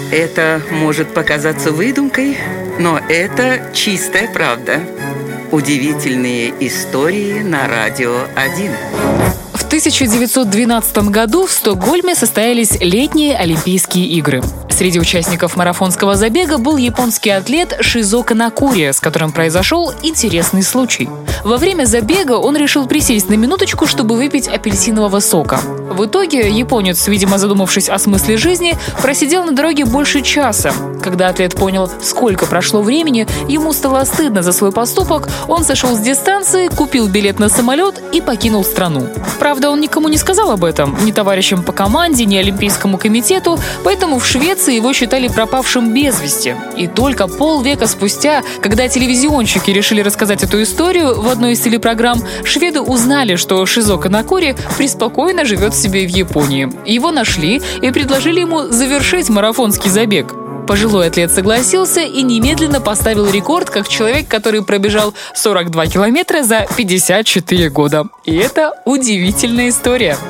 Это может показаться выдумкой, но это чистая правда. Удивительные истории на Радио 1. В 1912 году в Стокгольме состоялись летние Олимпийские игры. Среди участников марафонского забега был японский атлет Шизо Канакури, с которым произошел интересный случай. Во время забега он решил присесть на минуточку, чтобы выпить апельсинового сока. В итоге японец, видимо, задумавшись о смысле жизни, просидел на дороге больше часа. Когда атлет понял, сколько прошло времени, ему стало стыдно за свой поступок, он сошел с дистанции, купил билет на самолет и покинул страну. Правда, он никому не сказал об этом, ни товарищам по команде, ни Олимпийскому комитету, поэтому в Швеции его считали пропавшим без вести. И только полвека спустя, когда телевизионщики решили рассказать эту историю в одной из телепрограмм, шведы узнали, что Шизо Канакури преспокойно живет себе в Японии. Его нашли и предложили ему завершить марафонский забег. Пожилой атлет согласился и немедленно поставил рекорд как человек, который пробежал 42 километра за 54 года. И это удивительная история.